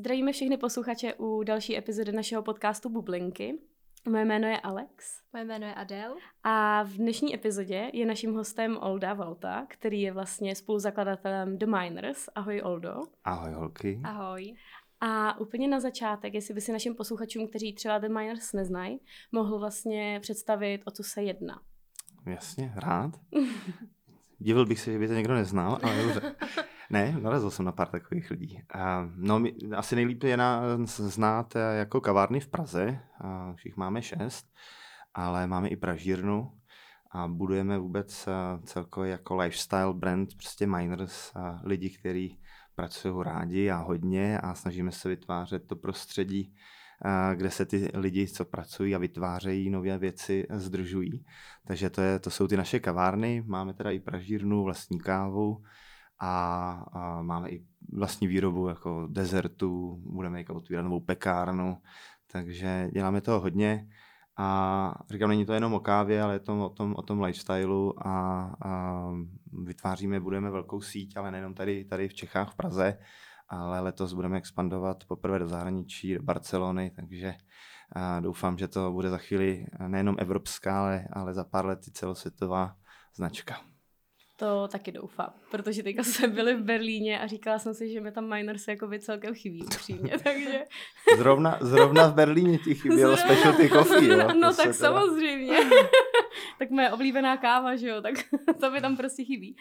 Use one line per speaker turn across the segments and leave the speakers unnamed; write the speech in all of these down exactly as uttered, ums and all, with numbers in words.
Zdravíme všechny posluchače u další epizody našeho podcastu Bublinky. Moje jméno je Alex.
Moje jméno je Adel.
A v dnešní epizodě je naším hostem Olda Valta, který je vlastně spoluzakladatelem The Miners. Ahoj, Oldo.
Ahoj, holky.
Ahoj.
A úplně na začátek, jestli by si našim posluchačům, kteří třeba The Miners neznají, mohl vlastně představit, o co se jedná.
Jasně, rád. Divil bych se, že by to někdo neznal, ale dobře. Ne, narazil jsem na pár takových lidí. Uh, no, my, asi nejlíp je nás znát jako kavárny v Praze. Uh, už jich máme šest, ale máme i pražírnu a budujeme vůbec uh, celkově jako lifestyle brand, prostě Miners, uh, lidi, kteří pracují rádi a hodně a snažíme se vytvářet to prostředí, uh, kde se ty lidi, co pracují a vytvářejí nové věci, zdržují. Takže to, je, to jsou ty naše kavárny. Máme teda i pražírnu, vlastní kávu, A, a máme i vlastní výrobu jako dezertů, budeme jako otvírat novou pekárnu, takže děláme toho hodně a říkám, není to jenom o kávě, ale je to o tom, o tom lifestylu a, a vytváříme, budeme velkou síť, ale nejenom tady, tady v Čechách, v Praze, ale letos budeme expandovat poprvé do zahraničí, do Barcelony, takže a doufám, že to bude za chvíli nejenom evropská, ale, ale za pár let i celosvětová značka.
To taky doufám, protože teďka jsme byli v Berlíně a říkala jsem si, že mi tam Miners jakoby celkem chybí upřímně, takže...
Zrovna, zrovna v Berlíně ti chybělo zrovna... specialty coffee, jo?
No
to
tak
teda...
samozřejmě. Tak moje oblíbená káva, že jo, tak to mi tam prostě chybí.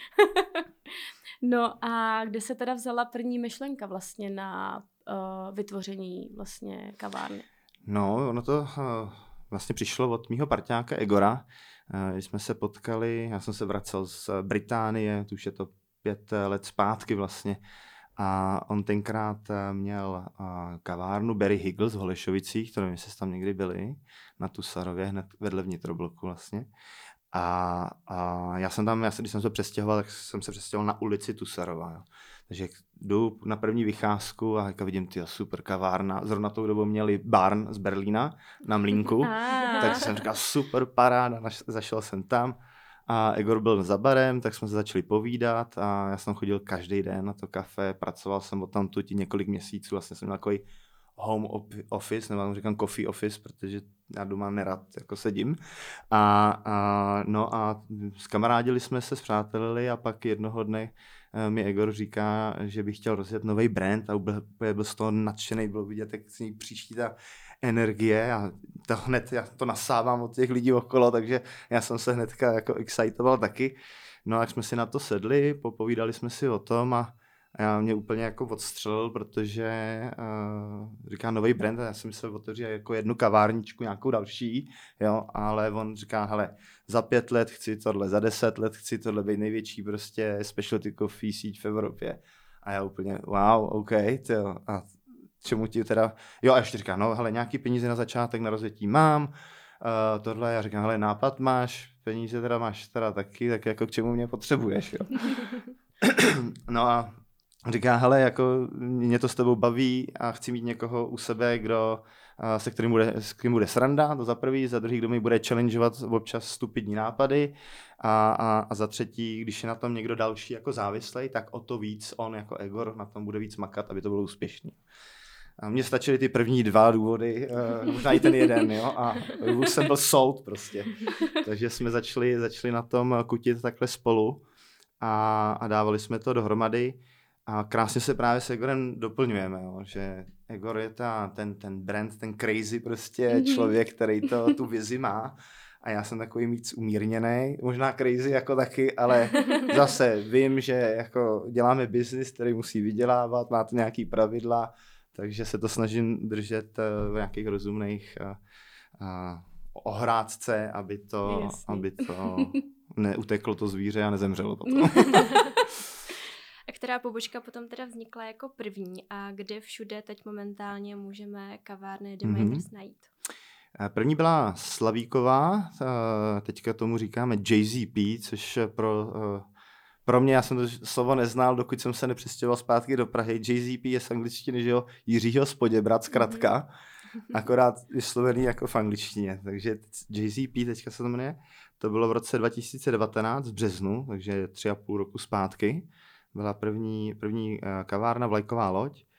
No a kde se teda vzala první myšlenka vlastně na uh, vytvoření vlastně kavárny?
No, ono to uh, vlastně přišlo od mýho parťáka Egora. Když jsme se potkali, já jsem se vracel z Británie, to už je to pět let zpátky vlastně, a on tenkrát měl kavárnu Barry Higgles v Holešovicích, to nevím, jestli jste tam někdy byli, na Tusarově, hned vedle vnitrobloku vlastně. A, a já jsem tam, já jsem, když jsem se přestěhoval, tak jsem se přestěhoval na ulici Tusarova. Jo. Takže jdu na první vycházku a vidím, tyjo, super kavárna. Zrovna tou dobu měli Barn z Berlína na Mlýnku, tak jsem říkal, super paráda, zašel jsem tam a Egor byl za barem, tak jsme se začali povídat a já jsem chodil každý den na to kafe, pracoval jsem od tam tu několik měsíců, vlastně jsem měl takový home office, nebo říkám coffee office, protože já doma nerad jako sedím. A, a, no a skamarádili jsme se, spřátelili a pak jednoho dne mi Egor říká, že by chtěl rozjet nový brand a byl, byl z toho nadšený, bylo vidět, jak s ní příští ta energie a to hned já to nasávám od těch lidí okolo, takže já jsem se hnedka jako excitoval taky. No a jak jsme si na to sedli, popovídali jsme si o tom a A já mě úplně jako odstřelil, protože uh, říká nový brand a já jsem myslel otevřít jako jednu kavárničku, nějakou další, jo, ale on říká, hele, za pět let chci tohle, za deset let chci tohle být největší prostě specialty coffee síť v Evropě. A já úplně, wow, OK, tyjo, a čemu ti teda, jo, a ještě říká, no hele, nějaký peníze na začátek, na rozjetí mám, uh, tohle, já říkám, hele, nápad máš, peníze teda máš teda taky, tak jako k čemu mě potřebuješ, jo. No a říká, hele, jako mě to s tebou baví a chci mít někoho u sebe, kdo, se kterým bude, s kterým bude sranda, to za prvý, za druhý, kdo mi bude challengeovat občas stupidní nápady a, a, a za třetí, když je na tom někdo další jako závislej, tak o to víc on jako Egor na tom bude víc makat, aby to bylo úspěšný. A mně stačily ty první dva důvody, uh, možná i ten jeden, jo, a už jsem byl sold prostě. Takže jsme začali, začali na tom kutit takhle spolu a, a dávali jsme to dohromady. A krásně se právě s Egorem doplňujeme, jo, že Egor je ta, ten, ten brand, ten crazy prostě mm-hmm. člověk, který to, tu vizi má a já jsem takový víc umírněnej, možná crazy jako taky, ale zase vím, že jako děláme biznis, který musí vydělávat, má to nějaký pravidla, takže se to snažím držet v nějakých rozumných uh, uh, ohrádce, aby to, aby to neuteklo to zvíře a nezemřelo potom.
A která pobočka potom teda vznikla jako první a kde všude teď momentálně můžeme kavárny The Miners mm-hmm. najít?
První byla Slavíková, teďka tomu říkáme J Z P, což pro, pro mě, já jsem to slovo neznal, dokud jsem se nepřestěhoval zpátky do Prahy. J Z P je z angličtiny, že jo, Jiřího Spoděbrat, zkratka, mm-hmm. akorát vyslovený jako v angličtině, takže J Z P teďka se to jmenuje. To bylo v roce dva tisíce devatenáct v březnu, takže tři a půl roku zpátky. Byla první, první kavárna, vlajková loď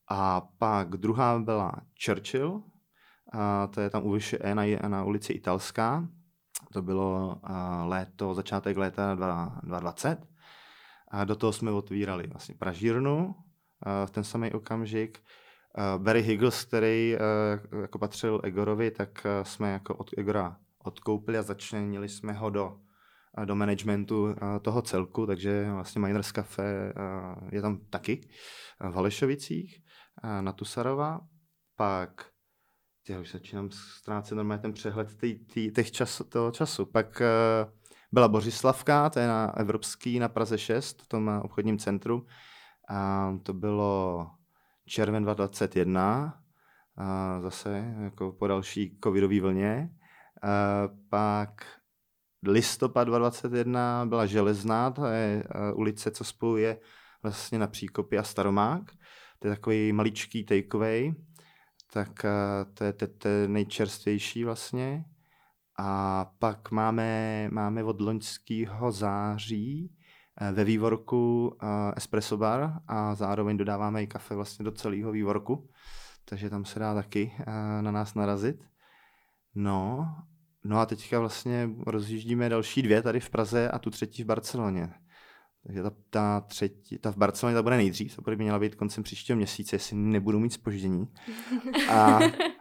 A pak druhá byla Churchill, a to je tam u Vyše E na, na ulici Italská. To bylo a, léto, začátek léta dva tisíce dvacet. A do toho jsme otvírali vlastně pražírnu a, v ten samý okamžik. A Barry Higgles, který a, jako patřil Egorovi, tak a, jsme jako od Egora odkoupili a začlenili jsme ho do, a, do managementu a, toho celku, takže vlastně Miners Cafe a, je tam taky a, v Holešovicích a, na Tusarova. Pak já už začínám ztrácet normálně ten přehled tý, tý, těch čas, toho času. Pak uh, byla Bořislavka, to je na Evropský, na Praze šest, v tom obchodním centru. A to bylo červen dva tisíce dvacet jedna, a zase jako po další covidové vlně. A pak listopad dva tisíce dvacet jedna byla Železná, to je uh, ulice, co spojuje vlastně na Příkopy a Staromák. To je takový maličký takeaway. Tak to je te nejčerstvější vlastně. A pak máme, máme od loňského září ve vývorku espresso bar a zároveň dodáváme i kafe vlastně do celého vývorku. Takže tam se dá taky na nás narazit. No, no a teďka vlastně rozjíždíme další dvě tady v Praze a tu třetí v Barceloně. Takže ta, ta třetí, ta v Barceloně ta bude nejdřív, to bude měla být koncem příštího měsíce, jestli nebudu mít zpoždění. A,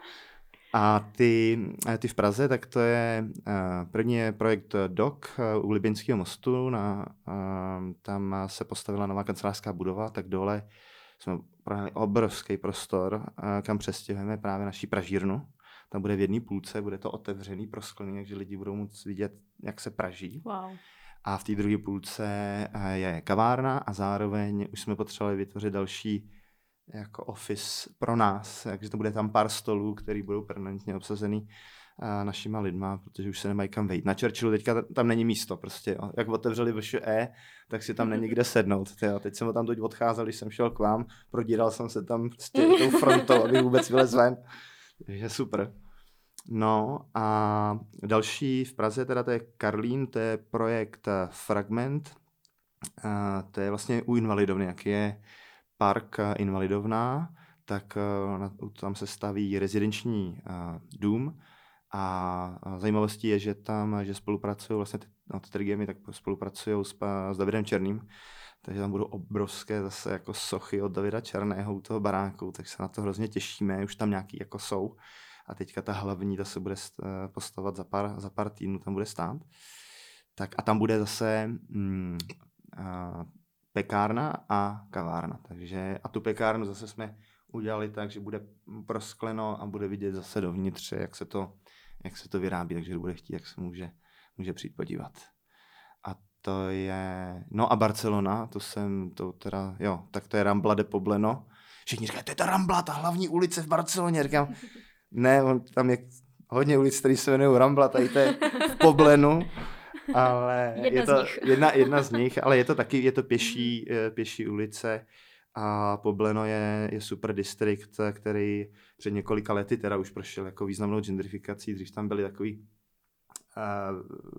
a ty, ty v Praze, tak to je, první je projekt D O C u Libinského mostu, na, tam se postavila nová kancelářská budova, tak dole jsme prohráli obrovský prostor, kam přestěhujeme právě naší pražírnu. Tam bude v jedné půlce, bude to otevřený, prosklený, takže lidi budou moct vidět, jak se praží.
Wow.
A v té druhé půlce je kavárna a zároveň už jsme potřebovali vytvořit další jako office pro nás, takže to bude tam pár stolů, které budou permanentně obsazený našima lidma, protože už se nemají kam vejít. Na Churchillu teďka tam není místo, prostě. Jak otevřeli Vyše E, tak si tam není kde sednout. Tyjo. Teď jsem tam teď odcházel, když jsem šel k vám, prodíral jsem se tam prostě tou frontou, aby vůbec vylez ven. Takže super. No a další v Praze, teda to je Karlín, to je projekt Fragment, a to je vlastně u Invalidovny, jak je park Invalidovna, tak tam se staví rezidenční dům a zajímavostí je, že tam, že spolupracují vlastně no, ty trigemy, tak spolupracují s, s Davidem Černým, takže tam budou obrovské zase jako sochy od Davida Černého u toho baráku, tak se na to hrozně těšíme, už tam nějaký jako jsou. A teďka ta hlavní, ta se bude postavovat za pár, za pár týdnů, tam bude stát. Tak a tam bude zase mm, a, pekárna a kavárna. Takže, a tu pekárnu zase jsme udělali tak, že bude proskleno a bude vidět zase dovnitř, jak se to, jak se to vyrábí, takže kdo bude chtít, jak se může, může přijít podívat. A to je, no a Barcelona, to jsem, to teda, jo, tak to je Rambla de Pobleno. Všichni říkají, to je ta Rambla, ta hlavní ulice v Barceloně. Říkám, ne, on, tam je hodně ulic, které se jmenují Rambla, tady to je v Poblenu, ale
jedna
je to
z nich.
jedna, jedna z nich, ale je to taky, je to pěší, pěší ulice a Pobleno je, je super distrikt, který před několika lety teda už prošel jako významnou gentrifikací, dřív tam byly takový uh,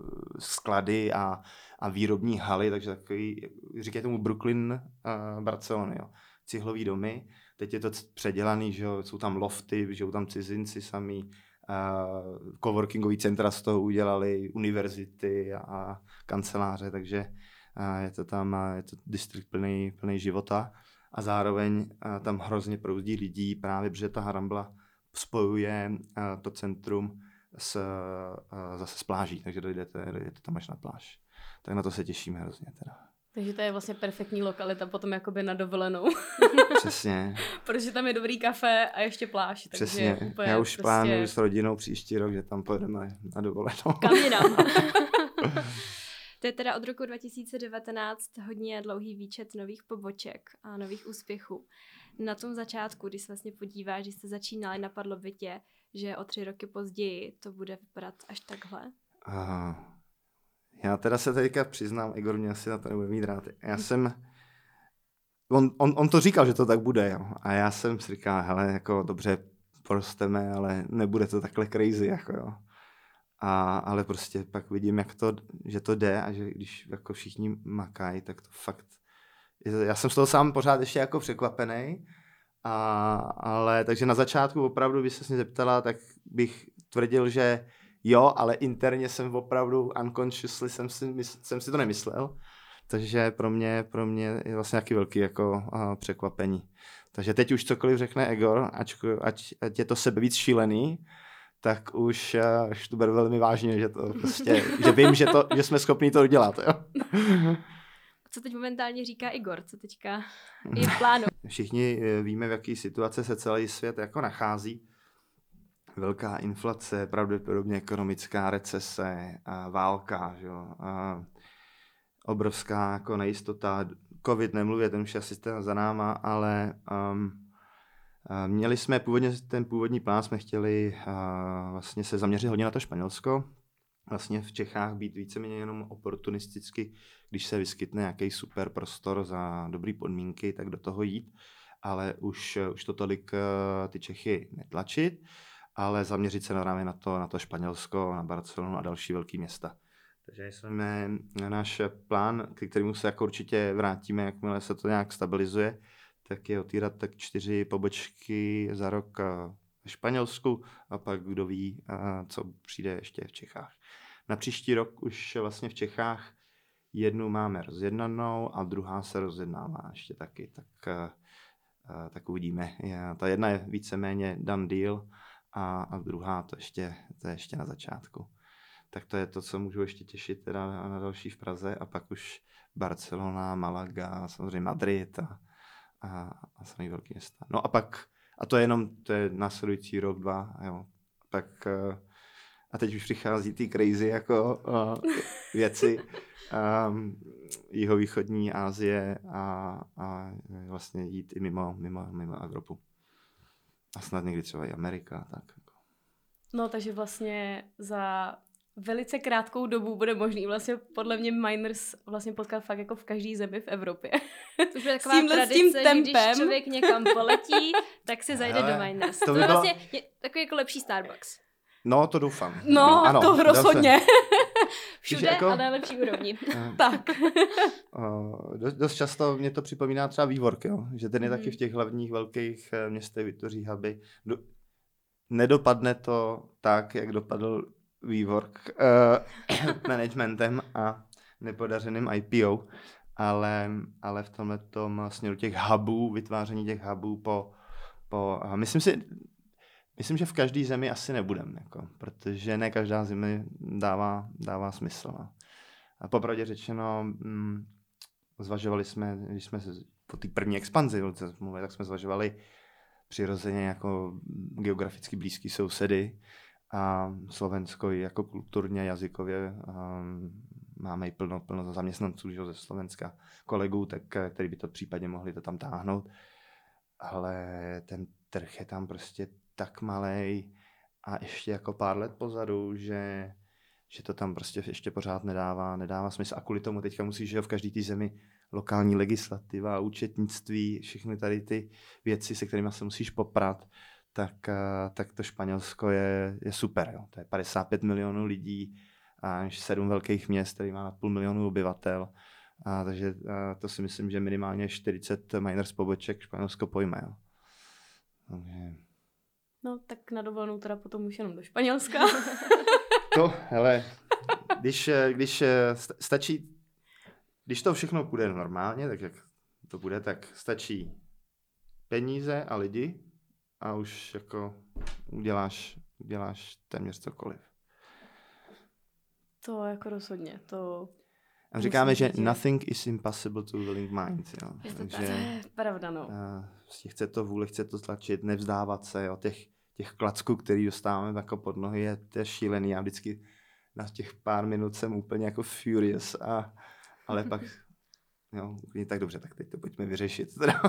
sklady a, a výrobní haly, takže takový, říkají tomu Brooklyn uh, Barcelony, jo, cihlový domy. Teď je to předělaný, že jo, jsou tam lofty, že jsou tam cizinci sami, uh, coworkingový centra z toho udělali, univerzity a, a kanceláře, takže uh, je to tam, uh, je to distrikt plný, plný života a zároveň uh, tam hrozně proudí lidí, právě protože ta Rambla spojuje uh, to centrum s, uh, zase s pláží, takže dojdete, dojdete tam až na pláž. Tak na to se těšíme hrozně teda.
Takže to je vlastně perfektní lokalita potom jakoby na dovolenou.
Přesně.
Protože tam je dobrý kafe a ještě pláž. Takže
Přesně.
úplně
Já už
prostě...
plánuju s rodinou příští rok, že tam pojedeme na dovolenou.
Kam jinam? To je teda od roku dva tisíce devatenáct hodně dlouhý výčet nových poboček a nových úspěchů. Na tom začátku, když se vlastně podíváš, když jste začínali, napadlo by tě, že o tři roky později to bude vypadat až takhle?
Uh, já teda se teďka přiznám, Igor mě asi na to nebude mít rád. Já jsem, on, on, on to říkal, že to tak bude, jo. A já jsem si říkal, hele, jako dobře, porosteme, ale nebude to takhle crazy, jako jo. A, ale prostě pak vidím, jak to, že to jde a že když jako všichni makají, tak to fakt, já jsem z toho sám pořád ještě jako překvapený A, ale takže na začátku opravdu, když se mě zeptala, tak bych tvrdil, že jo, ale interně jsem opravdu unconsciously jsem si, mysl, jsem si to nemyslel. Takže pro mě, pro mě je vlastně nějaký velký jako uh, překvapení. Takže teď už cokoliv řekne Egor, ať, ať, ať je to sebe víc šílený, tak už, uh, už to beru velmi vážně, že to prostě, že vím, že, to, že jsme schopni to udělat. Jo?
Co teď momentálně říká Igor? Co teďka je v plánu?
Všichni víme, v jaké situace se celý svět jako nachází. Velká inflace, pravděpodobně ekonomická recese, a válka, že jo? A obrovská jako nejistota. Covid nemluvě, ten už je asi za náma, ale um, měli jsme původně, ten původní plán jsme chtěli uh, vlastně se zaměřit hodně na to Španělsko. Vlastně v Čechách být víceméně jenom oportunisticky, když se vyskytne nějaký super prostor za dobrý podmínky, tak do toho jít, ale už, už to tolik uh, ty Čechy netlačit, ale zaměřit se právě na to, na to Španělsko, na Barcelonu a další velké města. Takže jsme náš plán, k kterému se jako určitě vrátíme, jakmile se to nějak stabilizuje, tak je otvírat tak čtyři pobočky za rok ve Španělsku a pak kdo ví, co přijde ještě v Čechách. Na příští rok už vlastně v Čechách jednu máme rozjednanou a druhá se rozjednává ještě taky, tak, tak uvidíme. Ta jedna je víceméně done deal a, a druhá to ještě, to je ještě na začátku. Tak to je to, co můžu ještě těšit teda na, na další v Praze a pak už Barcelona, Malaga, samozřejmě Madrid a, a, a samý velký města. No a pak, a to je jenom, to je následující rok, dva, jo. Pak, a teď už přichází ty crazy jako uh, věci um, jihovýchodní Asie a, a vlastně jít i mimo, mimo, mimo Evropu. A snad někdy třeba i Amerika. Tak.
No takže vlastně za velice krátkou dobu bude možný vlastně podle mě Miners vlastně potkat fakt jako v každý zemi v Evropě.
To je taková tímhle, tradice, že když člověk někam poletí, tak si zajde
ale
do Miners.
To,
to
by
je
bylo...
vlastně je takový jako lepší Starbucks.
No, to doufám.
No, ano, to rozhodně.
Všude jako... a na lepší úrovni.
Tak.
Uh, dost, dost často mě to připomíná třeba WeWork, jo? Že ten je mm. taky v těch hlavních velkých městech vytvoří huby. Do... Nedopadne to tak, jak dopadl WeWork uh, managementem a nepodařeným I P O, ale, ale v tomhletom směru těch hubů, vytváření těch hubů po, po uh, myslím si, myslím, že v každé zemi asi nebudem, jako, protože ne každá zemi dává, dává smysl. No. A popravdě řečeno, mm, zvažovali jsme, když jsme po té první expanzi, tak jsme zvažovali přirozeně jako geograficky blízký sousedy a Slovensko jako kulturně, jazykově um, máme i plno, plno zaměstnanců že, ze Slovenska, kolegů, tak, který by to případně mohli to tam táhnout. Ale ten trh je tam prostě tak malej a ještě jako pár let pozadu, že, že to tam prostě ještě pořád nedává, nedává smysl. A kvůli tomu teďka musíš, že v každé té zemi lokální legislativa, účetnictví, všechny tady ty věci, se kterými se musíš poprat, tak, tak to Španělsko je, je super. Jo. To je padesát pět milionů lidí a sedm velkých měst, který má na půl milionu obyvatel. A, takže a to si myslím, že minimálně čtyřicet Miners poboček Španělsko pojme. Jo. Takže...
No tak na dovolenou teda potom už jenom do Španělska.
To, hele, když, když stačí, když to všechno půjde normálně, tak jak to bude, tak stačí peníze a lidi a už jako uděláš, uděláš téměř cokoliv.
To jako rozhodně, to...
A říkáme, že nothing is impossible to willing mind. Jo.
Je to, Takže, to je pravda, no.
Uh, chce to vůli, chce to tlačit, nevzdávat se, jo. Těch, těch klacků, který dostáváme jako pod nohy, je, to je šílený. Já vždycky na těch pár minut jsem úplně jako furious, a, ale pak, jo, úplně tak dobře, tak teď to pojďme vyřešit.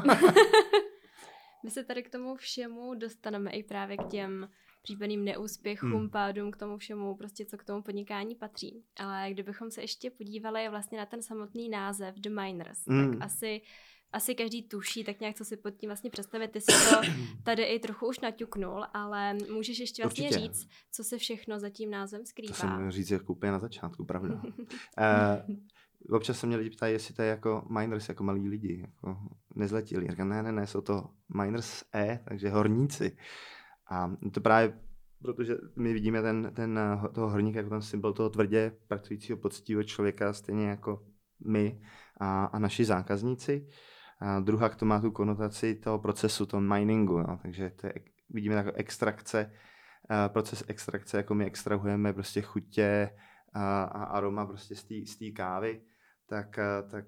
My se tady k tomu všemu dostaneme i právě k těm případným neúspěchům, hmm. pádům, k tomu všemu, prostě co k tomu podnikání patří. Ale kdybychom se ještě podívali vlastně na ten samotný název The Miners, hmm. tak asi, asi každý tuší tak nějak, co si pod tím vlastně představit. Ty jsi to tady i trochu už naťuknul, ale můžeš ještě vlastně Určitě. říct, co se všechno za tím názvem skrývá.
To jsem říct jako úplně na začátku, pravda. uh, občas se mě lidi ptají, jestli to je jako miners, jako malí lidi, jako nezletilí. Říkám, ne, ne, ne, jsou to miners E, takže horníci. A to právě protože my vidíme ten, ten, toho horníka jako ten symbol toho tvrdě pracujícího poctivého člověka, stejně jako my a, a naši zákazníci. A druhak to má tu konotaci toho procesu, toho miningu, no. Takže to je, vidíme jako extrakce, proces extrakce, jako my extrahujeme prostě chutě a, a aroma prostě z té kávy, tak, tak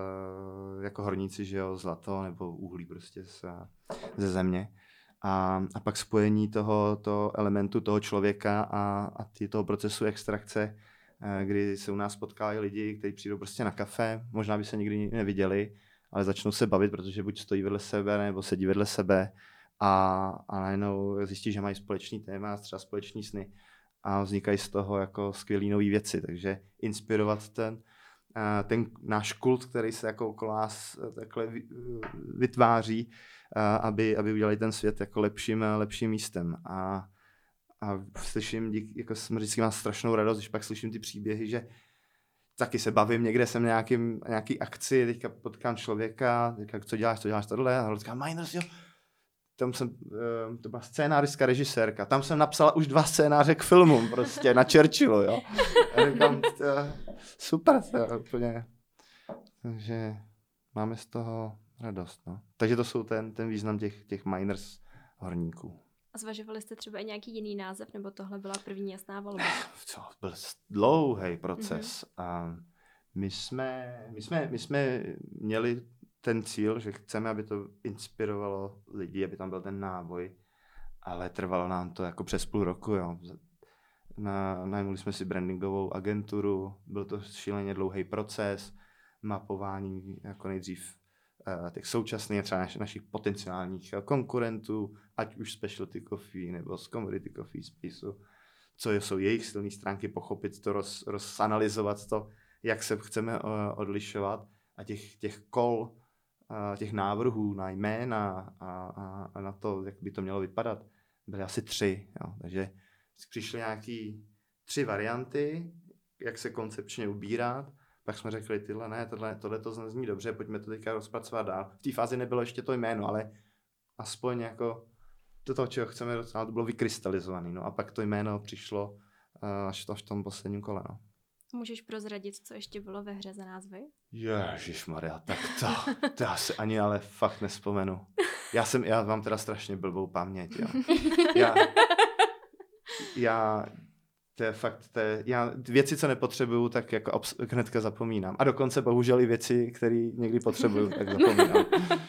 jako horníci, že jo, zlato nebo uhlí prostě z, ze země. A, a pak spojení toho, toho elementu toho člověka a, a tý, toho procesu extrakce, kdy se u nás potkávají lidi, kteří přijdou prostě na kafe, možná by se nikdy neviděli, ale začnou se bavit, protože buď stojí vedle sebe, nebo sedí vedle sebe a, a najednou zjistí, že mají společný téma, třeba společný sny a vznikají z toho jako skvělý nový věci, takže inspirovat ten, ten náš kult, který se jako okolo nás takhle vytváří, aby, aby udělali ten svět jako lepším, lepším místem. A, a slyším, dík, jako jsem vždycky mám strašnou radost, když pak slyším ty příběhy, že taky se bavím, někde jsem na nějakým, nějaký akci, teďka potkám člověka, teďka, co děláš, co děláš tohle, a říkám, Miners, jo. Tam jsem, to byla scénáristka, režisérka, tam jsem napsala už dva scénáře k filmům, prostě na Churchillu, jo. A říkám, super, to úplně. Takže máme z toho radost, no. Takže to jsou ten, ten význam těch, těch miners horníků.
A zvažovali jste třeba i nějaký jiný název, nebo tohle byla první jasná volba?
Co, byl dlouhý proces. Mm-hmm. A my jsme, my, jsme, my jsme měli ten cíl, že chceme, aby to inspirovalo lidi, aby tam byl ten náboj, ale trvalo nám to jako přes půl roku, jo. Na, najmuli jsme si brandingovou agenturu, byl to šíleně dlouhý proces, mapování jako nejdřív těch současných, třeba naš, našich potenciálních konkurentů, ať už specialty coffee nebo z commodity coffee spaceu, co jsou jejich silné stránky, pochopit to, roz, rozanalyzovat to, jak se chceme odlišovat a těch, těch kol, těch návrhů na jména a, a, a na to, jak by to mělo vypadat, byly asi tři. Jo. Takže přišly nějaký tři varianty, jak se koncepčně ubírat. Pak jsme řekli, tyhle ne, tohle, tohle to zní dobře, pojďme to teďka rozpracovat dál. V té fázi nebylo ještě to jméno, ale aspoň jako to, toho, čeho chceme docela, to bylo vykrystalizované. No a pak to jméno přišlo až to v tom posledním kole. No.
Můžeš prozradit, co ještě bylo ve hře za názvy?
Ježišmarja, tak to, to já si ani ale fakt nespomenu. Já jsem, já mám teda strašně blbou paměť. Já, já, já to je fakt, to je, já věci, co nepotřebuju, tak jako obs- hnedka zapomínám. A dokonce bohužel i věci, které někdy potřebuju, tak zapomínám.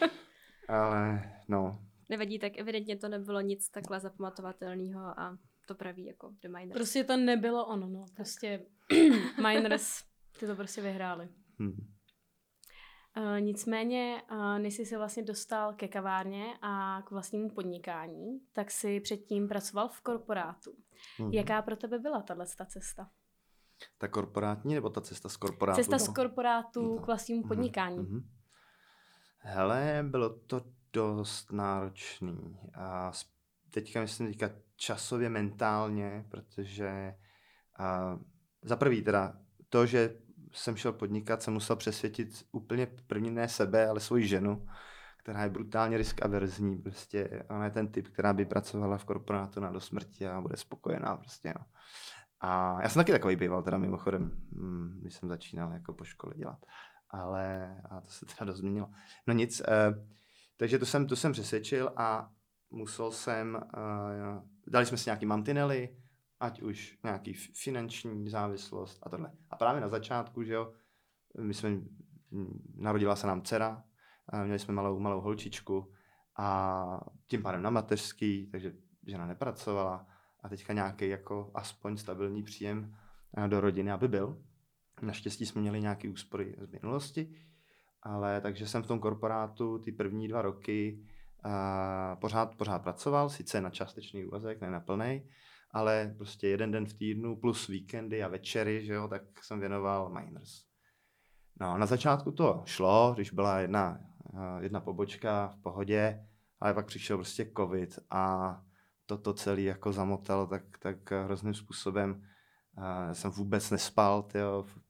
Ale no.
Nevadí, tak evidentně to nebylo nic takhle zapamatovatelného a to praví jako The Miners.
Prostě to nebylo ono, no. Prostě Miners, ty to prostě vyhráli. Hmm. Uh, nicméně, uh, než jsi se vlastně dostal ke kavárně a k vlastnímu podnikání, tak jsi předtím pracoval v korporátu. Hmm. Jaká pro tebe byla tato cesta?
Ta korporátní nebo ta cesta z korporátu?
Cesta z korporátu no. k vlastnímu podnikání. Hmm.
Hele, bylo to dost náročný. A teďka myslím teďka časově, mentálně, protože uh, za prvý teda to, že jsem šel podnikat, jsem musel přesvědčit úplně první ne sebe, ale svoji ženu, která je brutálně risk averzní, prostě ona je ten typ, která by pracovala v korporátu na do smrti a bude spokojená prostě, no. A já jsem taky takový býval, teda mimochodem, když jsem začínal jako po škole dělat, ale a to se teda dost změnilo. No nic, eh, takže to jsem, to jsem přesvědčil a musel jsem, eh, dali jsme si nějaký mantinely, ať už nějaký finanční závislost a tohle. A právě na začátku, že jo, my jsme, narodila se nám dcera, měli jsme malou, malou holčičku a tím pádem na mateřský, takže žena nepracovala a teďka nějaký jako aspoň stabilní příjem do rodiny, aby byl. Naštěstí jsme měli nějaké úspory z minulosti, ale takže jsem v tom korporátu ty první dva roky a pořád, pořád pracoval, sice na částečný úvazek, ne na plnej, ale prostě jeden den v týdnu plus víkendy a večery, že jo, tak jsem věnoval Miners. No, na začátku to šlo, když byla jedna, jedna pobočka v pohodě, ale pak přišel prostě covid a toto celé jako zamotalo tak, tak hrozným způsobem. Já jsem vůbec nespal, tyjo.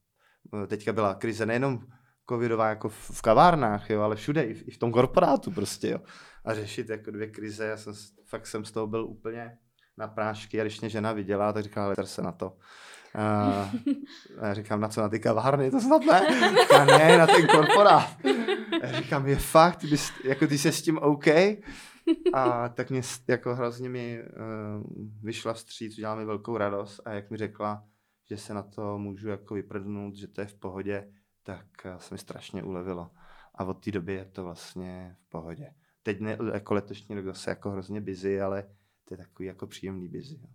teďka byla krize nejenom covidová jako v kavárnách, jo, ale všude, i v, i v tom korporátu prostě, jo. A řešit jako dvě krize, já jsem, fakt jsem z toho byl úplně na prášky a když mě žena viděla, tak říkala, ale se na to. A já říkám, na co, na ty kavárny, to snad ne. A ne, na ten korporát. Já říkám, je fakt, ty, bys, jako ty jsi s tím OK? A tak mě jako hrozně mi uh, vyšla vstříc, udělala mi velkou radost a jak mi řekla, že se na to můžu jako vyprdnout, že to je v pohodě, tak uh, se mi strašně ulevilo. A od té doby je to vlastně v pohodě. Teď ne, jako letošní rok zase jako hrozně busy, ale to je takový jako příjemný busy. Jo.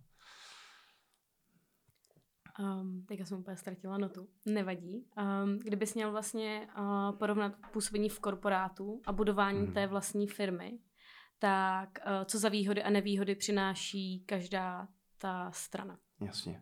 Um, teďka jsem úplně ztratila notu. Nevadí. Um, kdybys měl vlastně uh, porovnat působení v korporátu a budování hmm. té vlastní firmy, tak uh, co za výhody a nevýhody přináší každá ta strana?
Jasně.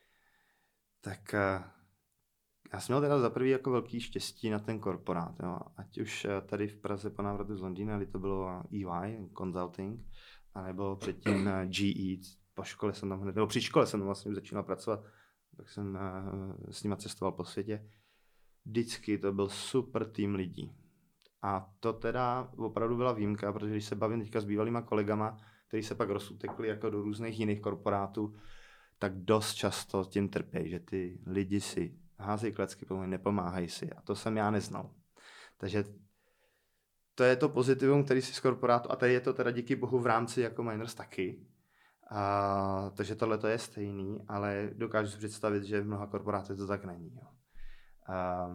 Tak uh, já jsem měl teda za prvý jako velký štěstí na ten korporát. Jo. Ať už uh, tady v Praze po návratu z Londýna, kdy to bylo E Y, Consulting, anebo předtím uh, G E, po škole jsem tam hned, nebo při škole jsem tam vlastně začínal pracovat, tak jsem uh, s nima cestoval po světě. Vždycky to byl super tým lidí. A to teda opravdu byla výjimka, protože když se bavím teďka s bývalýma kolegama, kteří se pak rozutekli jako do různých jiných korporátů, tak dost často tím trpějí, že ty lidi si házejí klecky, pomalu nepomáhají si. A to jsem já neznal. Takže to je to pozitivum, který si z korporátu, a tady je to teda díky bohu v rámci jako Miners taky. A, takže tohle to je stejný, ale dokážu si představit, že v mnoha korporátech to tak není. Jo. A,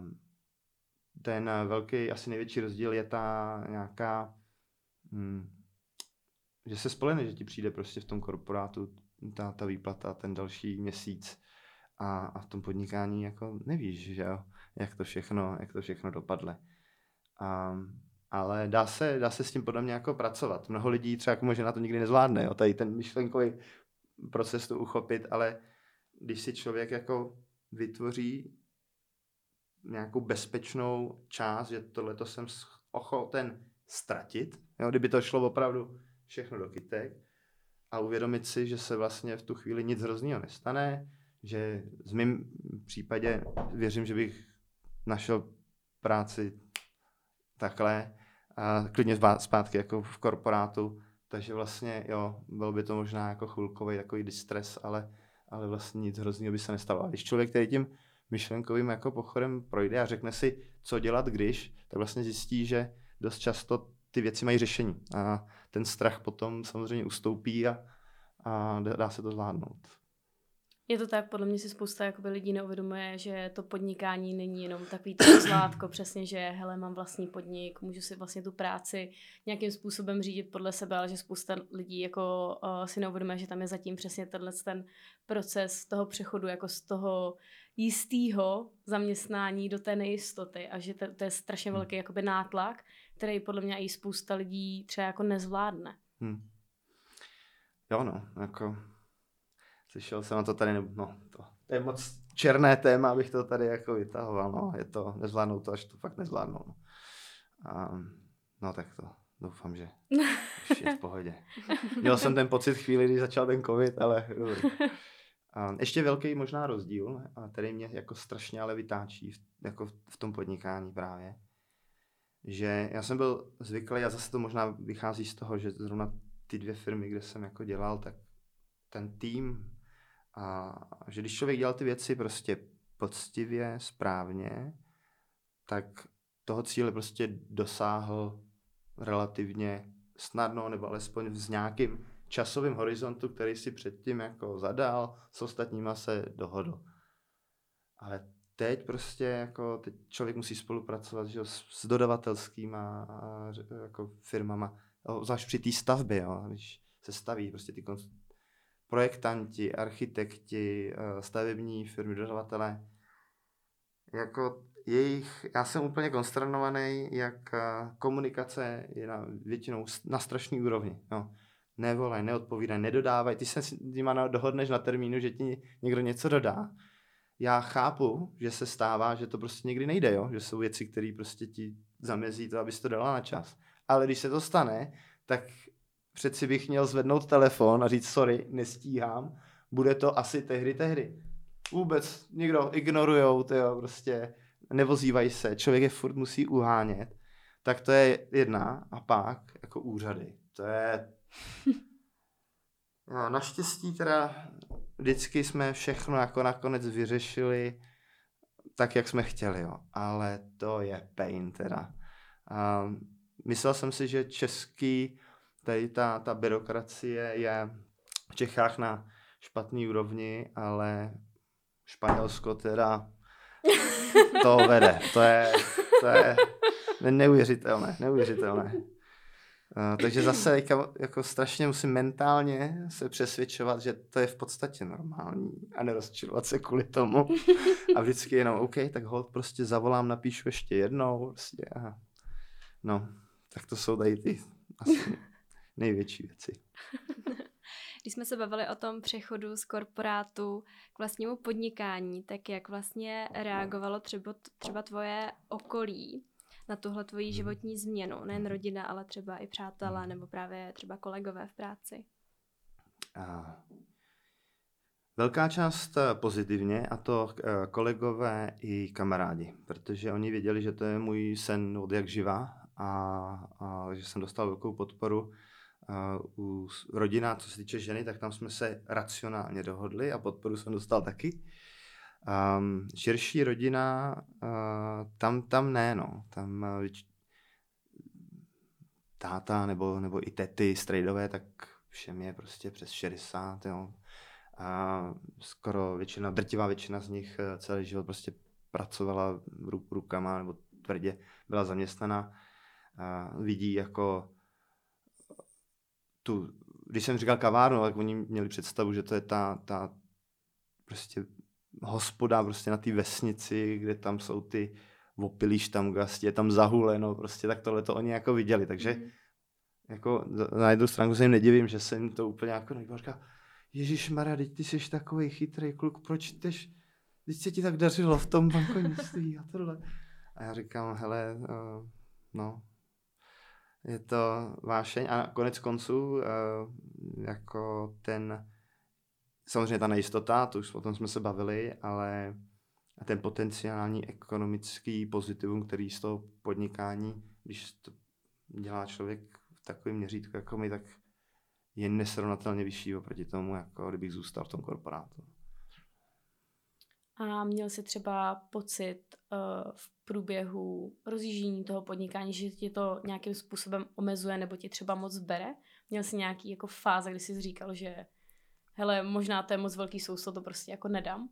ten velký, asi největší rozdíl je ta nějaká, hm, že se spolehne, že ti přijde prostě v tom korporátu ta, ta výplata ten další měsíc a, a v tom podnikání jako nevíš, že jo, jak to všechno, jak to všechno dopadne. A, ale dá se, dá se s tím podle mě jako pracovat. Mnoho lidí třeba jako možná to nikdy nezvládne, jo, tady ten myšlenkový proces to uchopit, ale když si člověk jako vytvoří nějakou bezpečnou část, že tohleto jsem ochoten ztratit, jo, kdyby to šlo opravdu všechno do kytek a uvědomit si, že se vlastně v tu chvíli nic hroznýho nestane, že v mém případě věřím, že bych našel práci takhle a klidně zpátky jako v korporátu, takže vlastně jo, bylo by to možná jako chvilkový takový distres, ale, ale vlastně nic hroznýho by se nestalo. A když člověk, který tím myšlenkovým jako pochodem projde a řekne si, co dělat když, tak vlastně zjistí, že dost často ty věci mají řešení. A ten strach potom samozřejmě ustoupí a, a dá se to zvládnout.
Je to tak, podle mě si spousta jakoby, lidí neuvědomuje, že to podnikání není jenom takový to zlátko, přesně, že hele, mám vlastní podnik, můžu si vlastně tu práci nějakým způsobem řídit podle sebe, ale že spousta lidí jako uh, si neuvědomuje, že tam je zatím přesně tenhle ten proces toho přechodu jako z toho jistého zaměstnání do té nejistoty a že to, to je strašně velký jakoby nátlak, který podle mě i spousta lidí třeba jako nezvládne. Hmm.
Jo no, jako slyšel jsem na to tady, no to, to je moc černé téma, abych to tady jako vytahoval, no je to, nezvládnou to, až to fakt nezvládnou. No, a, no tak to doufám, že už je v pohodě. Měl jsem ten pocit chvíli, když začal ten covid, ale dobrý. A ještě velký možná rozdíl, a který mě jako strašně ale vytáčí v, jako v, v tom podnikání právě, že já jsem byl zvyklý, a zase to možná vychází z toho, že zrovna ty dvě firmy, kde jsem jako dělal, tak ten tým, a že když člověk dělal ty věci prostě poctivě, správně, tak toho cíle prostě dosáhl relativně snadno, nebo alespoň s nějakým časovým horizontu, který si předtím jako zadal, s ostatníma se dohodl. Ale teď prostě jako teď člověk musí spolupracovat, že, s, s dodavatelskýma a, jako firmama, zvlášť při té stavbě, jo, když se staví prostě ty konst... projektanti, architekti, stavební firmy, dodavatelé. Jako jejich, já jsem úplně konsternovaný, jak komunikace je na, většinou na strašný úrovni. Jo. Nevolaj, neodpovídaj, nedodávaj. Ty se s nima dohodneš na termínu, že ti někdo něco dodá. Já chápu, že se stává, že to prostě někdy nejde, jo? Že jsou věci, které prostě ti zamezí to, abys to dala na čas. Ale když se to stane, tak přeci bych měl zvednout telefon a říct sorry, nestíhám, bude to asi tehdy, tehdy. vůbec nikdo ignorujou, tyjo, prostě nevozívají se, člověk je furt musí uhánět, tak to je jedna a pak jako úřady. To je... No, naštěstí teda vždycky jsme všechno jako nakonec vyřešili tak, jak jsme chtěli, jo. Ale to je pain teda. Um, myslel jsem si, že český, tady ta, ta byrokracie je v Čechách na špatný úrovni, ale Španělsko teda to vede. To je, to je neuvěřitelné, neuvěřitelné. Uh, takže zase jako, jako strašně musím mentálně se přesvědčovat, že to je v podstatě normální a nerozčilovat se kvůli tomu. A vždycky jenom OK, tak hold prostě zavolám, napíšu ještě jednou. Prostě, aha. No, tak to jsou tady ty asi největší věci.
Když jsme se bavili o tom přechodu z korporátu k vlastnímu podnikání, tak jak vlastně reagovalo třeba, třeba tvoje okolí na tuhle tvoji životní změnu? Nejen rodina, ale třeba i přátelé nebo právě třeba kolegové v práci.
A velká část pozitivně, a to kolegové i kamarádi, protože oni věděli, že to je můj sen od jak živa a, a že jsem dostal velkou podporu. U rodina, co se týče ženy, tak tam jsme se racionálně dohodli a podporu jsem dostal taky. Um, širší rodina, uh, tam, tam ne, no. Tam uh, táta nebo, nebo i tety strejdové, tak všem je prostě přes šedesát, jo. A skoro většina, drtivá většina z nich uh, celý život prostě pracovala ruk, rukama nebo tvrdě byla zaměstnaná. Uh, vidí jako tu, když jsem říkal kavárnu, tak oni měli představu, že to je ta, ta prostě hospoda prostě na té vesnici, kde tam jsou ty opilí štamgasti, je tam zahuleno, prostě tak tohle to oni jako viděli, takže mm. jako na jednu stránku se jim nedivím, že se jim to úplně jako někdo říká, ježišmarja, teď ty jsi takovej chytrý kluk, proč čteš, teď se ti tak dařilo v tom bankovnictví a tohle. A já říkám, hele, uh, no, je to vášeň a konec konců uh, jako ten, samozřejmě ta nejistota, to už o tom jsme se bavili, ale ten potenciální ekonomický pozitivum, který z toho podnikání, když to dělá člověk v takovém měřítku jako my, tak je nesrovnatelně vyšší oproti tomu, jako kdybych zůstal v tom korporátu.
A měl jsi třeba pocit uh, v průběhu rozjíždění toho podnikání, že ti to nějakým způsobem omezuje nebo ti třeba moc bere? Měl jsi nějaký jako fáze, kdy jsi říkal, že hele, možná to je moc velký sousto, to prostě jako nedám?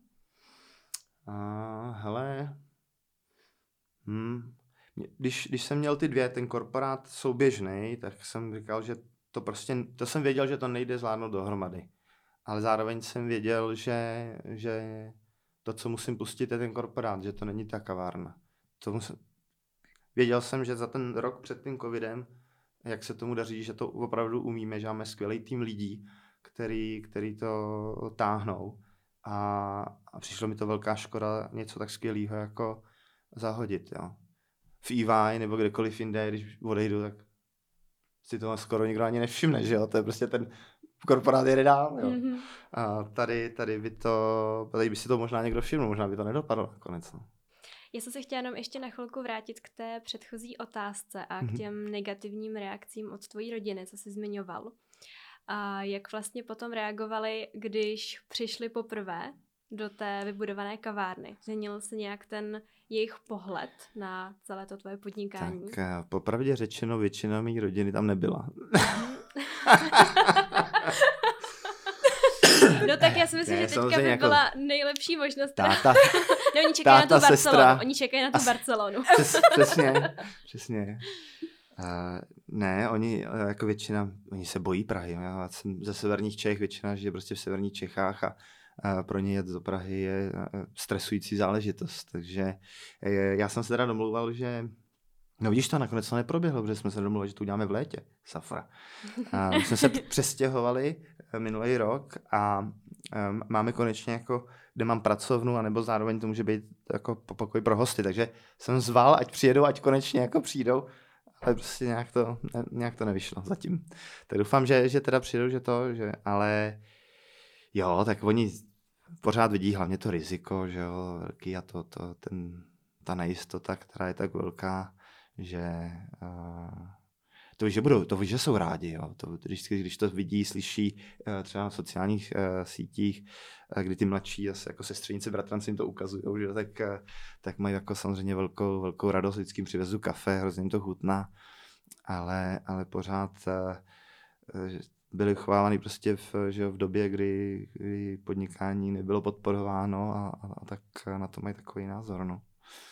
A hele, hmm. když, když jsem měl ty dvě, ten korporát souběžný, tak jsem říkal, že to prostě, to jsem věděl, že to nejde zvládnout dohromady. Ale zároveň jsem věděl, že, že to, co musím pustit, je ten korporát, že to není ta kavárna. To musím... Věděl jsem, že za ten rok před tím covidem, jak se tomu daří, že to opravdu umíme, že máme skvělý tým lidí, který, který to táhnou. A, a přišlo mi to velká škoda něco tak skvělého jako zahodit. Jo. V E Y nebo kdekoliv jinde, když odejdu, tak si toho skoro nikdo ani nevšimne, že jo? To je prostě ten korporát jede dál. Jo. Mm-hmm. A tady, tady, by to, tady by si to možná někdo všiml, možná by to nedopadlo nakonec. No.
Já jsem se chtěla jenom ještě na chvilku vrátit k té předchozí otázce a mm-hmm. k těm negativním reakcím od tvojí rodiny, co jsi zmiňoval. A jak vlastně potom reagovali, když přišli poprvé do té vybudované kavárny? Změnil se nějak ten jejich pohled na celé to tvoje podnikání?
Tak popravdě řečeno, většina mý rodiny tam nebyla.
No tak já si myslím, ne, že teďka by jako byla nejlepší možnost.
Táta,
no, oni čekají
táta,
na tu Barcelonu.
Sestra.
Oni čekají na tu Barcelonu.
Přes, přesně, přesně. Uh, ne, oni jako většina, oni se bojí Prahy. Já jsem ze severních Čech, většina žije prostě v severních Čechách a uh, pro ně jet do Prahy je uh, stresující záležitost. Takže uh, já jsem se teda domlouval, že no vidíš to, nakonec to neproběhlo, protože jsme se domluvili, že to uděláme v létě. Safra. Uh, my jsme se přestěhovali uh, minulý rok a um, máme konečně jako, kde mám pracovnu, anebo zároveň to může být jako pokoj pro hosty. Takže jsem zval, ať přijedou, ať konečně jako přijdou. Ale prostě nějak to, nějak to nevyšlo zatím. Tak doufám, že, že teda přijdou, že to, že, ale jo, tak oni, pořád vidí hlavně to riziko, že jo, velký a to, to, ten, ta nejistota, která je tak velká, že uh, to víš, že budou, to víš, že jsou rádi, jo. To, když, když to vidí, slyší uh, třeba na sociálních uh, sítích, uh, kdy ty mladší zase jako sestřenice, bratranci jim to ukazují, že jo, tak, uh, tak mají jako samozřejmě velkou, velkou radost, vždycky jim přivezu kafe, hrozně jim to chutná, ale, ale pořád uh, byli chovávaný prostě v, že v době, kdy, kdy podnikání nebylo podporováno a, a, a tak na to mají takový názor, no.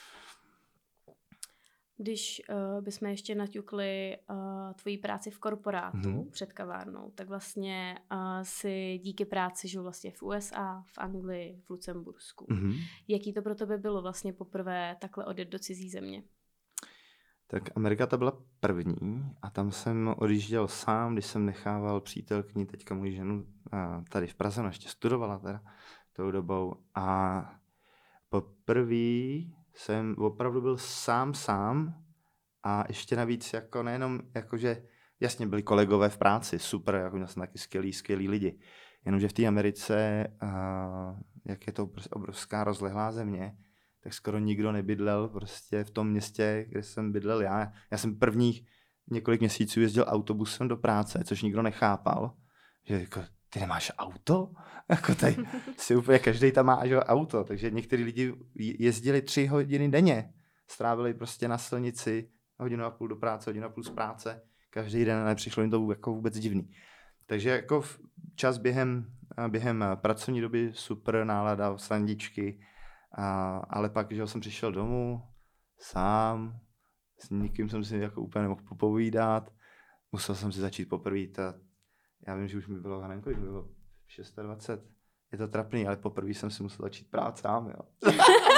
Když uh, bychom ještě naťukli uh, tvoji práci v korporátu mm-hmm. před kavárnou, tak vlastně uh, si díky práci žil vlastně v U S A, v Anglii, v Lucembursku. Mm-hmm. Jaký to pro tebe bylo vlastně poprvé takhle odjet do cizí země?
Tak Amerika to byla první a tam jsem odjížděl sám, když jsem nechával přítelkyni, teďka moji ženu tady v Praze, no ještě studovala teda tou dobou a poprvé jsem opravdu byl sám sám a ještě navíc jako nejenom, jakože jasně byli kolegové v práci, super, jako měl jsem taky skvělý, skvělý lidi, jenomže v té Americe, jak je to obrovská rozlehlá země, tak skoro nikdo nebydlel prostě v tom městě, kde jsem bydlel já. Já jsem prvních několik měsíců jezdil autobusem do práce, což nikdo nechápal. Že jako, ty nemáš auto? Jako tady si úplně každej tam má že, auto. Takže některý lidi jezdili tři hodiny denně. Strávili prostě na silnici hodinu a půl do práce, hodinu a půl z práce. Každý den, ale přišlo jim to jako vůbec divný. Takže jako čas během, během pracovní doby super nálada, srandičky. A, ale pak, že jsem přišel domů sám, s nikým jsem si jako úplně nemohl popovídat, musel jsem si začít poprvé, já vím, že už mi bylo, nevím, kolik mi bylo, dvacet šest, je to trapný, ale poprvé jsem si musel začít prát sám, jo.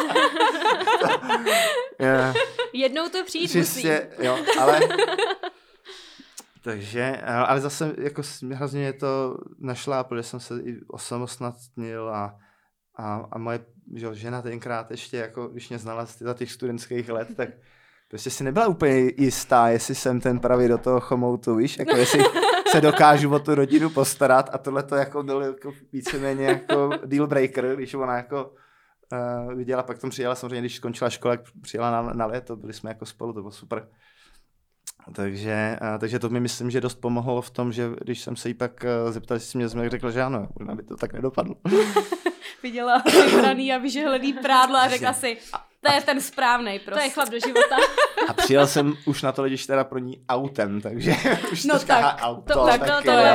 yeah. Jednou to přijít
Čistě, musí. Jo, ale... Takže, ale zase jako hrozně mě to našláplo, že jsem se i osamostatnil a A, a moje že, žena tenkrát ještě, jako, když mě znala za těch studentských let, tak prostě si nebyla úplně jistá, jestli jsem ten pravý do toho chomoutu, víš, jako jestli se dokážu o tu rodinu postarat a tohle to jako bylo jako víceméně jako deal breaker, když ona jako uh, viděla, pak tam přijela, samozřejmě, když skončila škola, přijela na, na léto, byli jsme jako spolu, to bylo super. Takže, uh, takže to mi myslím, že dost pomohlo v tom, že když jsem se jí pak uh, zeptal, jestli mě jsem řekl, že ano, možná by to tak nedopadlo.
Viděla vybraný a vyžehlený prádlo a řekla si, to je ten správnej prostě.
To je chlap do života.
A přijel jsem už na to lidi teda pro ní autem, takže už
no
to
tak,
auto.
To, tak, tak to je.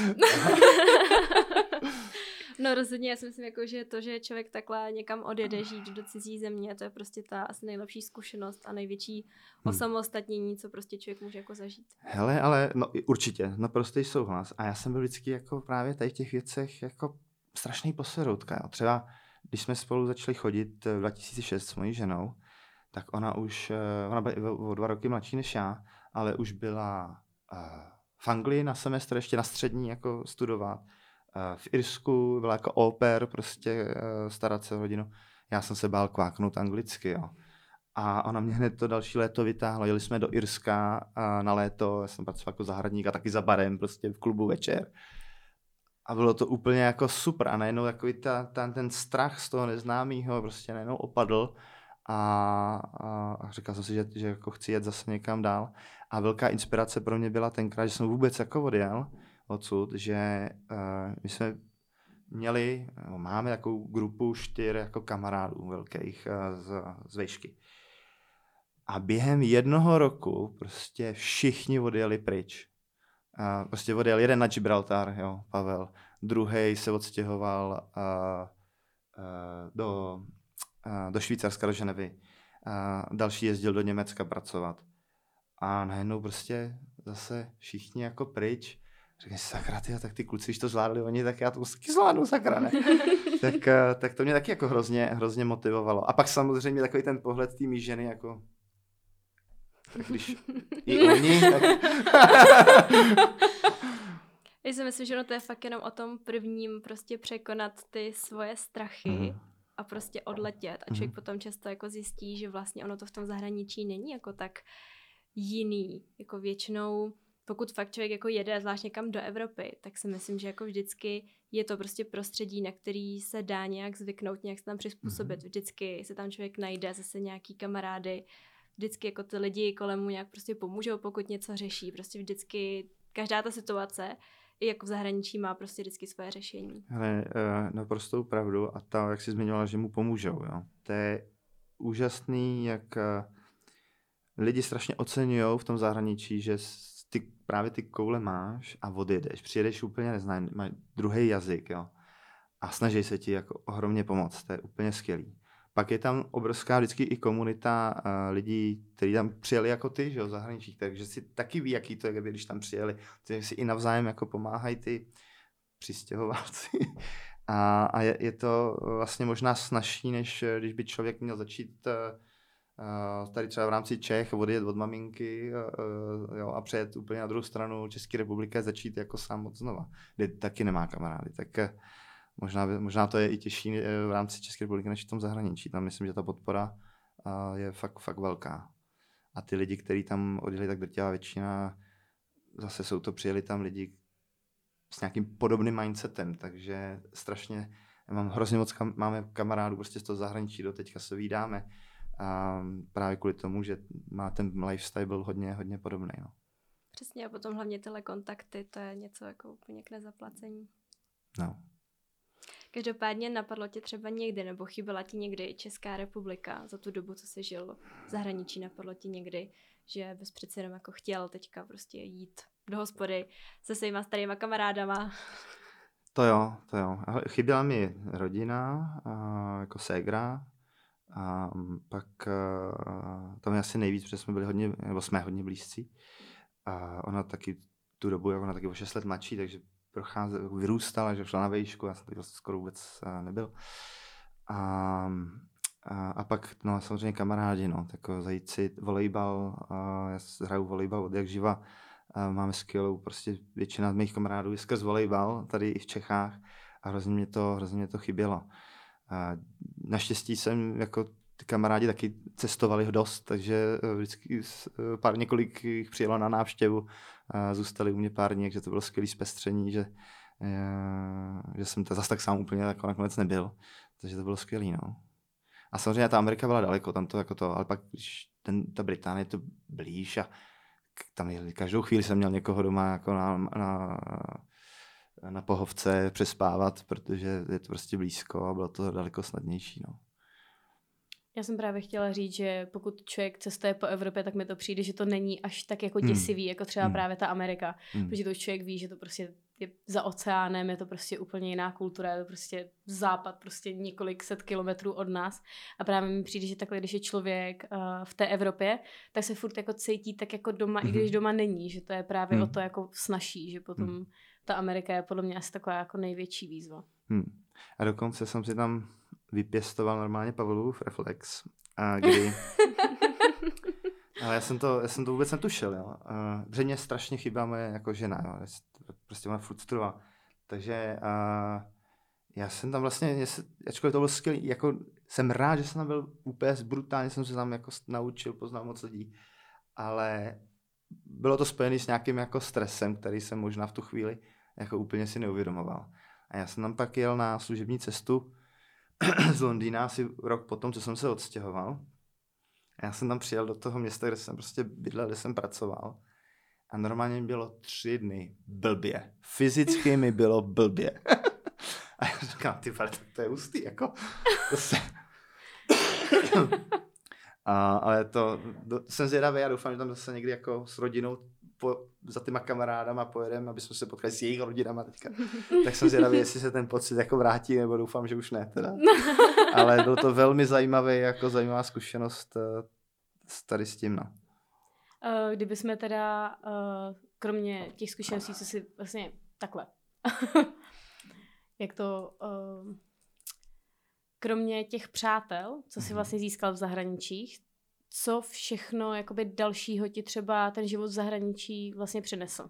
No rozhodně, já si myslím, jako, že to, že člověk takhle někam odjede žít do cizí země, to je prostě ta asi nejlepší zkušenost a největší osamostatnění, co prostě člověk může jako zažít.
Hele, ale no, určitě, naprostý souhlas. A já jsem byl vždycky jako právě tady v těch věcech jako strašný poseroutka. Jo. Třeba když jsme spolu začali chodit v dva tisíce šest s mojí ženou, tak ona už, ona byla o dva roky mladší než já, ale už byla v Anglii na semestr, ještě na střední jako studovat. V Irsku byla jako au pair, prostě starat se o rodinu. Já jsem se bál kváknout anglicky, jo. A ona mě hned to další léto vytáhla. Jeli jsme do Irska na léto, já jsem pracoval jako zahradník a taky za barem, prostě v klubu večer. A bylo to úplně jako super a najednou takový ta, ta, ten strach z toho neznámého prostě najednou opadl a, a, a říkal jsem si, že, že jako chci jet zase někam dál. A velká inspirace pro mě byla tenkrát, že jsem vůbec jako odjel odsud, že uh, my jsme měli, no, máme takovou grupu čtyř jako kamarádů velkých uh, z, z vejšky. A během jednoho roku prostě všichni odjeli pryč. Uh, prostě odjel jeden na Gibraltar, jo, Pavel, druhý se odstěhoval uh, uh, do, uh, do Švýcarska, do Ženevy, uh, další jezdil do Německa pracovat. A najednou prostě zase všichni jako pryč. Říkám si, sakra, tyjo, tak ty kluci, když to zvládli oni, tak já to taky zvládnu, sakra, ne? tak, uh, tak to mě taky jako hrozně, hrozně motivovalo. A pak samozřejmě takový ten pohled té mý ženy, jako tak když i oni, tak...
Já si myslím, že no to je fakt jenom o tom prvním prostě překonat ty svoje strachy mm. a prostě odletět. A člověk mm. potom často jako zjistí, že vlastně ono to v tom zahraničí není jako tak jiný. Jako většinou pokud fakt člověk jako jede zvlášť někam do Evropy, tak si myslím, že jako vždycky je to prostě prostředí, na který se dá nějak zvyknout, nějak se tam přizpůsobit. Mm-hmm. Vždycky se tam člověk najde zase nějaký kamarády, vždycky jako ty lidi kolem mu nějak prostě pomůžou, pokud něco řeší. Prostě vždycky každá ta situace i jako v zahraničí má prostě vždycky svoje řešení.
Hele, naprostou pravdu a ta, jak jsi zmiňovala, že mu pomůžou, jo. To je úžasný, jak lidi strašně oceňují v tom zahraničí, že ty, právě ty koule máš a odjedeš. Přijedeš úplně, neznám, máš druhý jazyk, jo. A snaží se ti jako ohromně pomoct. To je úplně skvělý. Pak je tam obrovská vždycky i komunita uh, lidí, kteří tam přijeli jako ty, že jo, v zahraničí. Takže si taky ví, jaký to je, když tam přijeli. Takže si i navzájem jako pomáhají ty přistěhovalci. a a je, je to vlastně možná snazší, než když by člověk měl začít uh, tady třeba v rámci Čech, odjet od maminky uh, jo, a přejet úplně na druhou stranu České republiky a začít jako sám od znova, kde taky nemá kamarády. Tak uh, Možná, možná to je i těžší v rámci České republiky než v tom zahraničí. Tam myslím, že ta podpora uh, je fakt, fakt velká. A ty lidi, kteří tam odjeli, tak drtivá většina, zase jsou to přijeli tam lidi s nějakým podobným mindsetem, takže strašně, mám hrozně moc, kam, máme kamarádů prostě z toho zahraničí, do teďka se vídáme. A právě kvůli tomu, že má ten lifestyle byl hodně, hodně podobný. No.
Přesně, a potom hlavně tyhle kontakty, to je něco jako úplně k nezaplacení.
No.
Každopádně napadlo tě třeba někdy, nebo chyběla ti někdy Česká republika za tu dobu, co jsi žil v zahraničí, napadlo ti někdy, že bys přeci jenom jako chtěl teďka prostě jít do hospody se svýma starýma kamarádama?
To jo, to jo. Chyběla mi rodina, jako ségra, a pak tam je asi nejvíc, protože jsme byli hodně, nebo jsme hodně blízcí. A ona taky tu dobu, jako ona taky o šest let mladší, takže procházel, vyrůstala, že šla na vejšku, já jsem tady vlastně skoro vůbec nebyl. A, a, a pak no, samozřejmě kamarádi, no, tak zajít si volejbal, a já hraju volejbal od jak živa, a máme skvělou, prostě většina mých kamarádů je skrz volejbal, tady i v Čechách a hrozně mě to, hrozně mě to chybělo. A naštěstí jsem jako ty kamarádi taky cestovali dost, takže vždycky pár několik jich přijelo na návštěvu, a zůstali u mě pár dní, takže to bylo skvělý zpestření, že, že jsem to zase tak sám úplně jako nakonec nebyl, takže to bylo skvělý, no. A samozřejmě ta Amerika byla daleko, tam to jako to, ale pak když ten, ta Británie to blíž a tam každou chvíli jsem měl někoho doma jako na, na, na pohovce přespávat, protože je to prostě blízko a bylo to daleko snadnější, no.
Já jsem právě chtěla říct, že pokud člověk cestuje po Evropě, tak mi to přijde, že to není až tak jako děsivý, hmm. jako třeba hmm. právě ta Amerika. Hmm. Protože to už člověk ví, že to prostě je za oceánem, je to prostě úplně jiná kultura, je to prostě západ, prostě několik set kilometrů od nás. A právě mi přijde, že takhle, když je člověk uh, v té Evropě, tak se furt jako cítí tak jako doma, hmm. i když doma není, že to je právě hmm. o to jako snažší, že potom hmm. ta Amerika je podle mě asi taková jako největší výzva.
Hmm. A dokonce jsem si tam vypěstoval normálně Pavlovův reflex, a kdy... Ale já jsem, to, já jsem to vůbec netušil, jo. Protože mě strašně chybá moje jako žena, jo. Prostě ona furt studovala. Takže uh, já jsem tam vlastně, ačkoliv to bylo skvělý, jako jsem rád, že jsem tam byl úplně brutálně, jsem se tam jako naučil, poznal moc lidí, ale bylo to spojené s nějakým jako stresem, který jsem možná v tu chvíli jako úplně si neuvědomoval. A já jsem tam pak jel na služební cestu z Londýna asi rok potom, co jsem se odstěhoval. A já jsem tam přijel do toho města, kde jsem prostě bydlel, kde jsem pracoval. A normálně mi bylo tři dny blbě. Fyzicky mi bylo blbě. A já říkám, ty vole, to je hustý, jako. To se... a, ale to, do, jsem zvědavý a doufám, že tam zase někdy jako s rodinou po, za těma kamarádama pojedeme, aby jsme se potkali s jejich rodinama teďka. Tak jsem zvědavý, jestli se ten pocit jako vrátí, nebo doufám, že už ne teda. Ale bylo to velmi zajímavé, jako zajímavá zkušenost uh, tady s tím, no.
Kdyby jsme teda, uh, kromě těch zkušeností, co si vlastně takhle, jak to, uh, kromě těch přátel, co si vlastně získal v zahraničí, co všechno jakoby dalšího ti třeba ten život v zahraničí vlastně přinesl?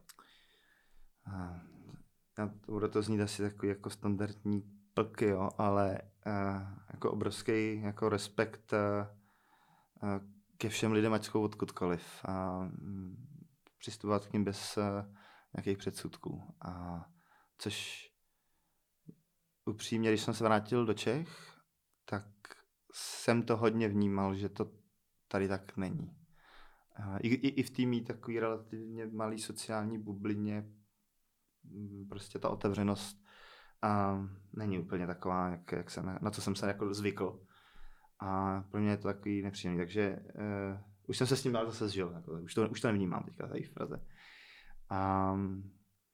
Já, bude to znít asi takový jako standardní plk, jo, ale uh, jako obrovský jako respekt uh, uh, ke všem lidem, ať jsou odkudkoliv. A, um, přistupovat k nim bez uh, nějakých předsudků. A což upřímně, když jsem se vrátil do Čech, tak jsem to hodně vnímal, že to tady tak není. Uh, i, i, I v té mý takový relativně malý sociální bublině prostě ta otevřenost uh, není úplně taková, jak, jak jsem, na co jsem se jako zvykl. A pro mě je to takový nepříjemný, takže uh, už jsem se s tím dál zase zžil, jako, už, to, už to nevnímám teďka tady v Praze. Um,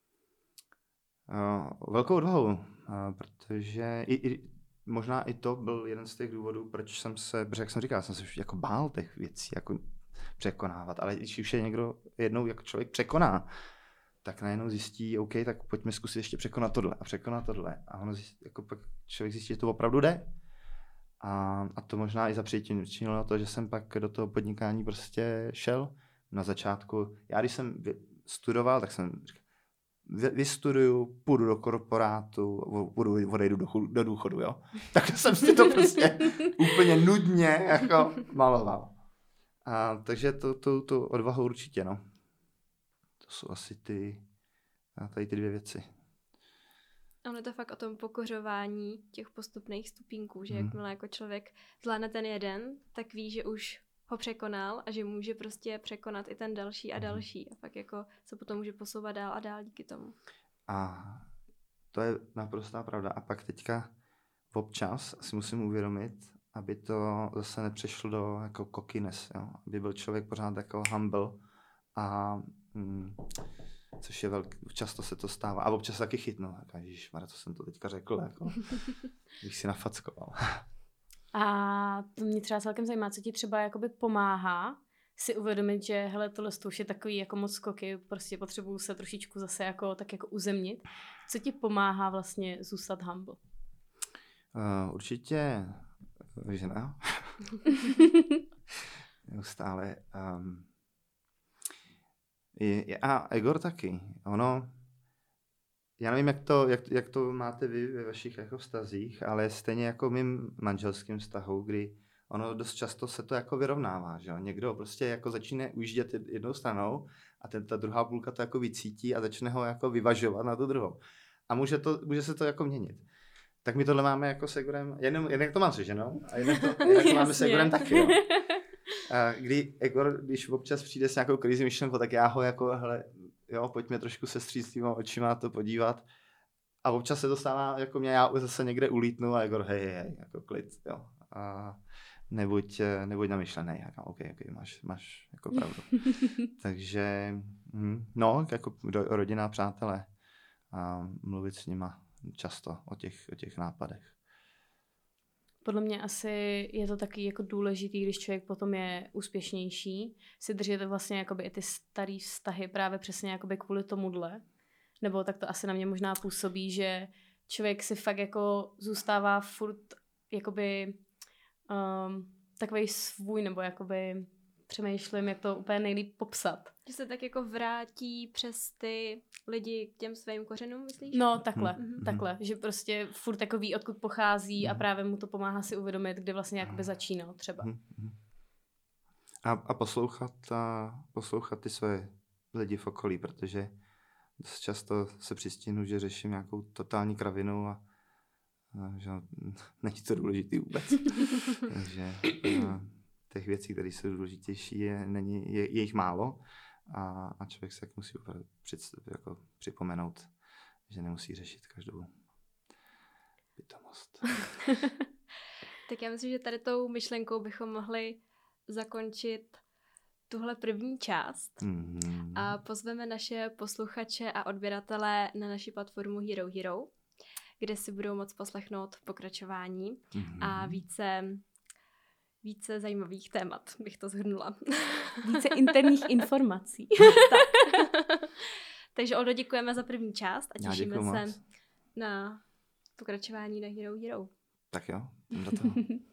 uh, velkou odvahou, uh, protože i, i, možná i to byl jeden z těch důvodů, proč jsem se, protože jak jsem říkal, jsem se už jako bál těch věcí jako překonávat, ale když už je někdo jednou jako člověk překoná, tak najednou zjistí, OK, tak pojďme zkusit ještě překonat tohle a překonat tohle. A ono zjistí, jako pak člověk zjistí, že to opravdu jde. A, a to možná i zapříčinilo to, že jsem pak do toho podnikání prostě šel na začátku. Já když jsem studoval, tak jsem říkal, vystuduju, půjdu do korporátu, půjdu, odejdu do, do důchodu, jo. Tak jsem si to prostě úplně nudně jako maloval. A, takže to, to, to odvahu určitě, no. To jsou asi ty, tady ty dvě věci.
Ono je to fakt o tom pokořování těch postupných stupínků, že
hmm.
jakmile jako člověk zvládne ten jeden, tak ví, že už ho překonal a že může prostě překonat i ten další a další. A pak jako se potom může posouvat dál a dál díky tomu.
A to je naprostá pravda. A pak teďka občas si musím uvědomit, aby to zase nepřešlo do jako cockiness, jo? Aby byl člověk pořád jako humble a mm, což je velký, často se to stává. A občas taky chytnu. Ježišmarja, co jsem to teďka řekl, jako, bych si nafackoval.
A to mě třeba celkem zajímá, co ti třeba jakoby pomáhá si uvědomit, že hele, tohle už je takový jako moc skoky, prostě potřebuju se trošičku zase jako, tak jako uzemnit. Co ti pomáhá vlastně zůstat humble?
Uh, určitě žena. Neustále. Um, a Egor taky. Ono, já nevím, jak to, jak, jak to máte vy ve vašich jako vztazích, ale stejně jako v mým manželském vztahu, kdy ono dost často se to jako vyrovnává, že jo? Někdo prostě jako začne ujíždět jednou stranou a ten, ta druhá půlka to jako vycítí a začne ho jako vyvažovat na tu druhou. A může, to, může se to jako měnit. Tak my tohle máme jako s Egorem, jenom, jednak to mám se ženou a jednak to, jednak to máme s Egorem taky, jo. A kdy Egor, když občas přijde s nějakou crazy myšlenkou, tak já ho jako, hele, jo, pojďme trošku se stříct týma očima to podívat. A občas se to stává, jako mě, já zase někde ulítnu a Egor, hej, hej, jako klid, jo. A nebuď, nebuď namyšlenej, jako, OK, OK, máš, máš jako pravdu. Takže, hm, no, jako rodina, přátelé, a mluvit s nima často o těch, o těch nápadech.
Podle mě asi je to taky jako důležitý, když člověk potom je úspěšnější, si držet vlastně jakoby i ty starý vztahy právě přesně jakoby kvůli tomuhle. Nebo tak to asi na mě možná působí, že člověk si fakt jako zůstává furt jakoby um, takovej svůj, nebo jakoby přemýšlím, jak to úplně nejlíp popsat.
Že se tak jako vrátí přes ty lidi k těm svým kořenům, myslíš?
No, takhle,
mm-hmm.
takhle, že prostě furt jako ví, odkud pochází a právě mu to pomáhá si uvědomit, kdy vlastně jakoby začínal třeba.
A, a poslouchat a poslouchat ty své lidi v okolí, protože dost často se přistínu, že řeším nějakou totální kravinu a, a že není to důležitý vůbec. Takže a, těch věcí, které jsou důležitější, je, není, je, je jich málo a, a člověk se musí před, jako připomenout, že nemusí řešit každou pitomost.
Tak já myslím, že tady tou myšlenkou bychom mohli zakončit tuhle první část mm-hmm. a pozveme naše posluchače a odběratele na naši platformu Hero Hero, kde si budou moct poslechnout pokračování mm-hmm. a více více zajímavých témat, bych to shrnula.
Více interních informací.
Tak. Takže Oldo, děkujeme za první část a těšíme se na pokračování na Hero Hero.
Tak jo, do toho.